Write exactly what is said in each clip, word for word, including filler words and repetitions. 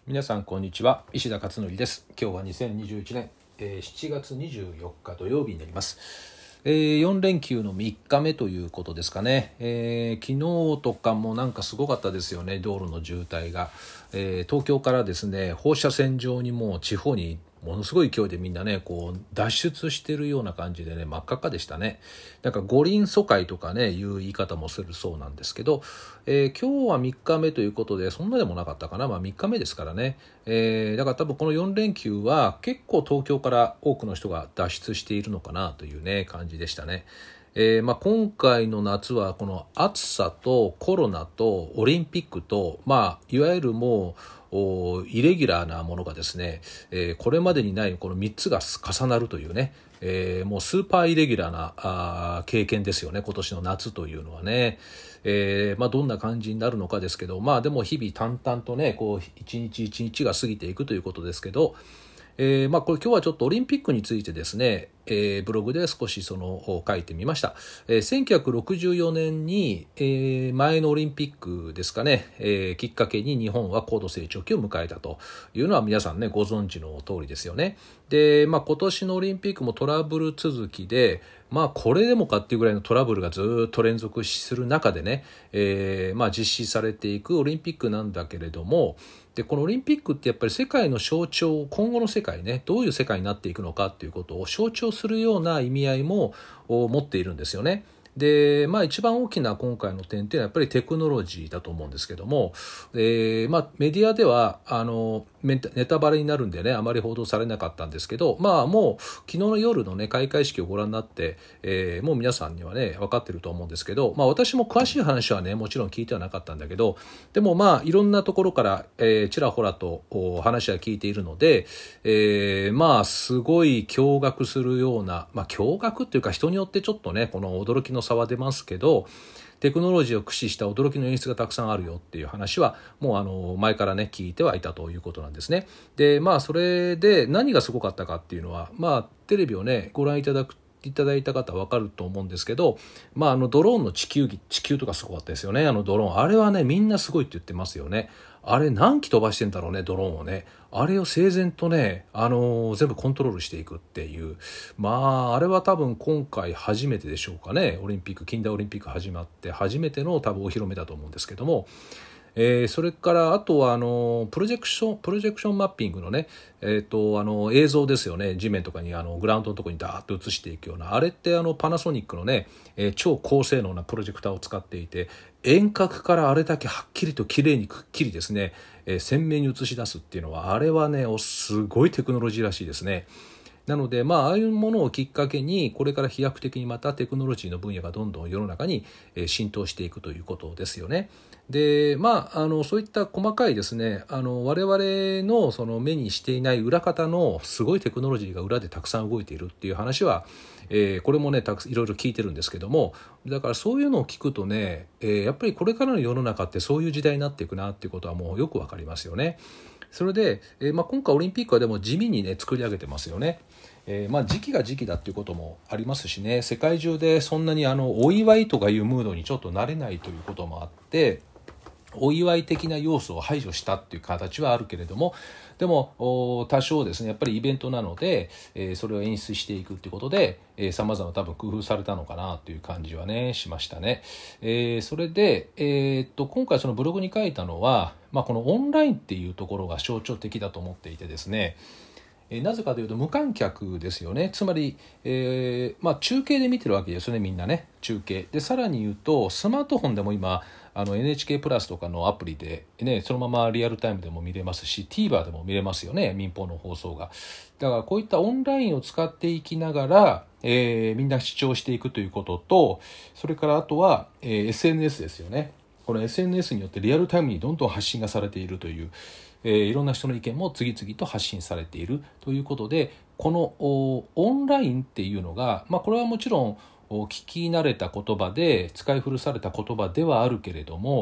皆さんこんにちは、石田勝則です。今日はにせんにじゅういちねん、えー、しちがつにじゅうよっか土曜日になります。えー、よん連休のみっかめということですかね。えー、昨日とかもなんかすごかったですよね、道路の渋滞が。えー、東京からですね、放射線状にもう地方にものすごい勢いでみんなねこう脱出してるような感じでね、真っ赤っかでしたね。なんか五輪疎開とかねいう言い方もするそうなんですけど、えー、今日はみっかめということでそんなでもなかったかな。まあみっかめですからね、えー、だから多分このよん連休は結構東京から多くの人が脱出しているのかなというね感じでしたね。えーまあ、今回の夏はこの暑さとコロナとオリンピックと、まあ、いわゆるもうイレギュラーなものがですね、えー、これまでにないこのみっつが重なるというね、えー、もうスーパーイレギュラーなあー経験ですよね、今年の夏というのはね。えーまあ、どんな感じになるのかですけど、まあ、でも日々淡々とねこう一日一日が過ぎていくということですけど、えーまあ、これ今日はちょっとオリンピックについてですね、えー、ブログで少しその書いてみました。えー、せんきゅうひゃくろくじゅうよねんに、えー、前のオリンピックですかね、えー、きっかけに日本は高度成長期を迎えたというのは皆さんねご存知の通りですよね。で、まあ、今年のオリンピックもトラブル続きで、まあ、これでもかっていうぐらいのトラブルがずっと連続する中でね、えーまあ、実施されていくオリンピックなんだけれども、でこのオリンピックってやっぱり世界の象徴、今後の世界ねどういう世界になっていくのかっていうことを象徴するような意味合いも持っているんですよね。でまあ、一番大きな今回の点っていうのはやっぱりテクノロジーだと思うんですけども、えーまあ、メディアではあのネタバレになるんでねあまり報道されなかったんですけど、まあ、もう昨日の夜の、ね、開会式をご覧になって、えー、もう皆さんにはね分かってると思うんですけど、まあ、私も詳しい話はねもちろん聞いてはなかったんだけど、でもまあいろんなところから、えー、ちらほらと話は聞いているので、えー、まあすごい驚愕するような、まあ、驚愕っていうか人によってちょっとねこの驚きの差は出ますけど、テクノロジーを駆使した驚きの演出がたくさんあるよっていう話はもうあの前からね聞いてはいたということなんですね。でまあそれで何がすごかったかっていうのは、まあテレビをねご覧いただくいただいた方は分かると思うんですけど、まあ、あのドローンの地球儀地球とかすごかったですよね。あのドローンあれはねみんなすごいって言ってますよね。あれ何機飛ばしてんだろうね、ドローンをね。あれを整然とね、あのー、全部コントロールしていくっていう、まああれは多分今回初めてでしょうかね。オリンピック近代オリンピック始まって初めての多分お披露目だと思うんですけども、えー、それからあとはあのプロジェクションプロジェクションマッピングのね、えー、とあの映像ですよね。地面とかにあのグラウンドのところにダーッと映していくような、あれってあのパナソニックのね、えー、超高性能なプロジェクターを使っていて、遠隔からあれだけはっきりと綺麗にくっきりですね、えー、鮮明に映し出すっていうのは、あれはねすごいテクノロジーらしいですね。なので、まあ、ああいうものをきっかけにこれから飛躍的にまたテクノロジーの分野がどんどん世の中に浸透していくということですよね。で、まあ、あのそういった細かいですね、あの我々のその目にしていない裏方のすごいテクノロジーが裏でたくさん動いているっていう話は、えー、これもねたくいろいろ聞いてるんですけども、だからそういうのを聞くとね、えー、やっぱりこれからの世の中ってそういう時代になっていくなっていうことはもうよくわかりますよね。それで、えーまあ、今回オリンピックはでも地味にね作り上げてますよね。えーまあ、時期が時期だっていうこともありますしね、世界中でそんなにあのお祝いとかいうムードにちょっと慣れないということもあって、お祝い的な要素を排除したっていう形はあるけれども、でも多少ですねやっぱりイベントなので、えー、それを演出していくっていうことでさまざま多分工夫されたのかなという感じはねしましたね。えー、それで、えー、っと今回そのブログに書いたのは、まあ、このオンラインっていうところが象徴的だと思っていてですね、なぜかというと無観客ですよね。つまり、えーまあ、中継で見てるわけですよね、みんなね。中継でさらに言うとスマートフォンでも今あの エヌエイチケー プラスとかのアプリで、ね、そのままリアルタイムでも見れますし TVer でも見れますよね、民放の放送が。だからこういったオンラインを使っていきながら、えー、みんな視聴していくということと、それからあとは、えー、エスエヌエス ですよね。この エスエヌエス によってリアルタイムにどんどん発信がされているという、えー、いろんな人の意見も次々と発信されているということで、このオンラインっていうのが、まあ、これはもちろん聞き慣れた言葉で使い古された言葉ではあるけれども、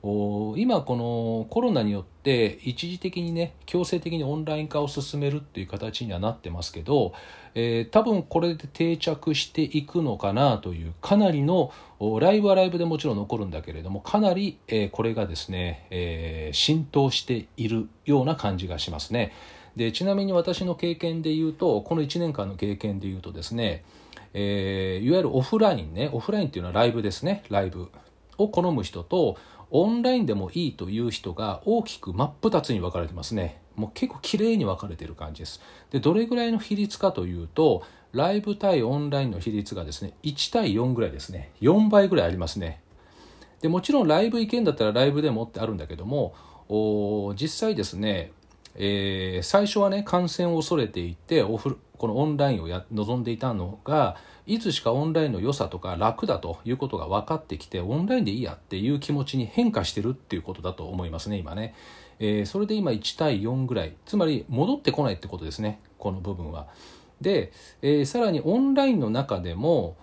今このコロナによって一時的にね強制的にオンライン化を進めるっていう形にはなってますけど、えー、多分これで定着していくのかなという、かなりのライブはライブでもちろん残るんだけれども、かなり、えー、これがですね、えー、浸透しているような感じがしますね。でちなみに私の経験で言うと、このいちねんかんの経験で言うとですね、えー、いわゆるオフラインね、オフラインっていうのはライブですね、ライブを好む人とオンラインでもいいという人が大きく真っ二つに分かれてますね。もう結構きれいに分かれている感じです。でどれぐらいの比率かというと、ライブ対オンラインの比率がですねいち対よんぐらいですね。よんばいぐらいありますね。でもちろんライブ行けんだったらライブでもってあるんだけども、実際ですね、えー、最初はね感染を恐れていてオフこのオンラインをや望んでいたのが、いつしかオンラインの良さとか楽だということが分かってきて、オンラインでいいやっていう気持ちに変化してるっていうことだと思いますね今ね。えー、それで今いち対よんぐらい、つまり戻ってこないってことですね、この部分は。で、えー、さらにオンラインの中でも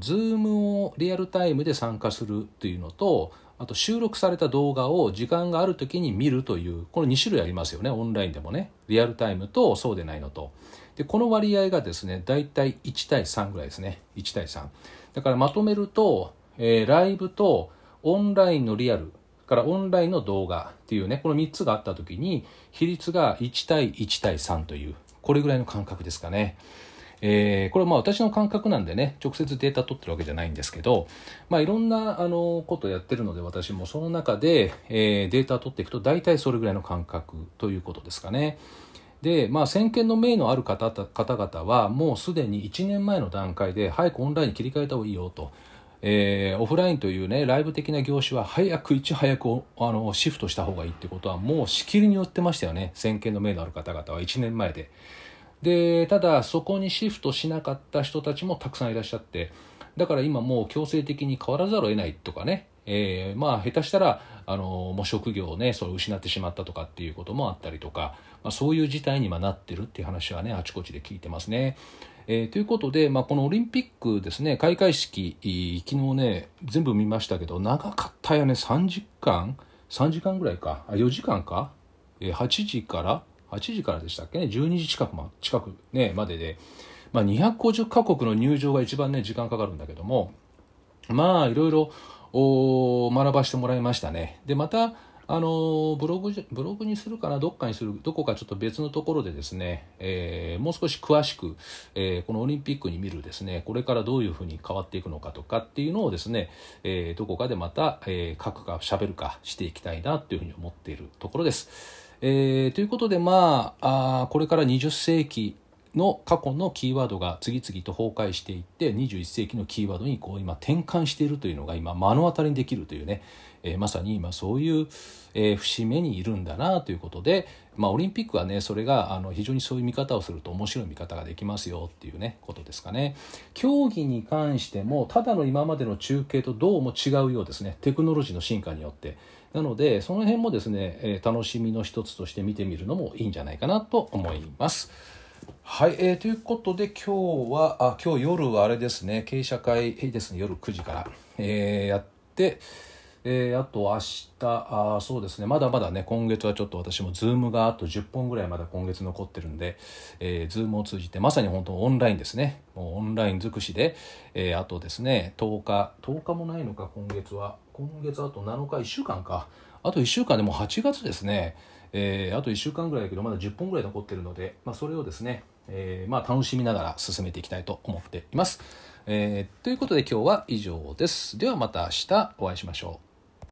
Zoom をリアルタイムで参加するっていうのと、あと収録された動画を時間があるときに見るという、このに種類ありますよね、オンラインでもね。リアルタイムとそうでないのと。でこの割合がですねだいたいいち対さんぐらいですね。いち対さんだから、まとめると、えー、ライブとオンラインのリアルからオンラインの動画っていうね、このみっつがあったときに比率がいち対いち対さんという、これぐらいの感覚ですかね。えー、これはまあ私の感覚なんでね、直接データ取ってるわけじゃないんですけど、まあ、いろんなあのことをやってるので、私もその中で、えー、データを取っていくと大体それぐらいの感覚ということですかね。で、まあ、先見の明のある方方々はもうすでにいちねんまえの段階で早くオンラインに切り替えた方がいいよと、えー、オフラインというねライブ的な業種は早くいち早くあのシフトした方がいいってことはもうしきりに言ってましたよね、先見の明のある方々はいちねんまえで。でただそこにシフトしなかった人たちもたくさんいらっしゃって、だから今もう強制的に変わらざるを得ないとかね、えー、まあ下手したらあのもう職業をねそれを失ってしまったとかっていうこともあったりとか、まあ、そういう事態に今なってるっていう話はねあちこちで聞いてますね。えー、ということで、まあ、このオリンピックですね、開会式昨日ね全部見ましたけど長かったよね。さんじかんさんじかんぐらいか、あよじかんか、えー、はちじからはちじからでしたっけね、じゅうにじ近く、ま、近く、ね、までで、まあ、にひゃくごじゅっかこくの入場が一番ね時間かかるんだけども、まあいろいろ学ばせてもらいましたね。でまたあのブログブログにするかな、どっかにする、どこかちょっと別のところでですね、えー、もう少し詳しく、えー、このオリンピックに見るですね、これからどういうふうに変わっていくのかとかっていうのをですね、えー、どこかでまた、えー、書くか喋るかしていきたいなというふうに思っているところです。えー、ということで、まあ、あこれからにじゅっせいきの過去のキーワードが次々と崩壊していってにじゅういっせいきのキーワードにこう今転換しているというのが今目の当たりにできるというね、えー、まさに今そういう、えー、節目にいるんだなということで、まあ、オリンピックはねそれがあの非常にそういう見方をすると面白い見方ができますよっていうねことですかね。競技に関してもただの今までの中継とどうも違うようですね、テクノロジーの進化によって。なのでその辺もですね、えー、楽しみの一つとして見てみるのもいいんじゃないかなと思います。はい、えー、ということで今日はあ今日夜はあれですね、経営者会ですね、夜くじから、えー、やって、えー、あと明日あそうですね、まだまだね今月はちょっと私もズームがあとじゅっぽんぐらいまだ今月残ってるんで、えー、ズームを通じてまさに本当オンラインですね、もうオンライン尽くしで、えー、あとですねとおかとおかもないのか、今月は今月あとなのかいっしゅうかんか、あといっしゅうかんでもうはちがつですね。えー、あといっしゅうかんぐらいだけどまだじゅっぽんぐらい残ってるので、まあ、それをですね、えーまあ、楽しみながら進めていきたいと思っています。えー、ということで今日は以上です。ではまた明日お会いしましょう。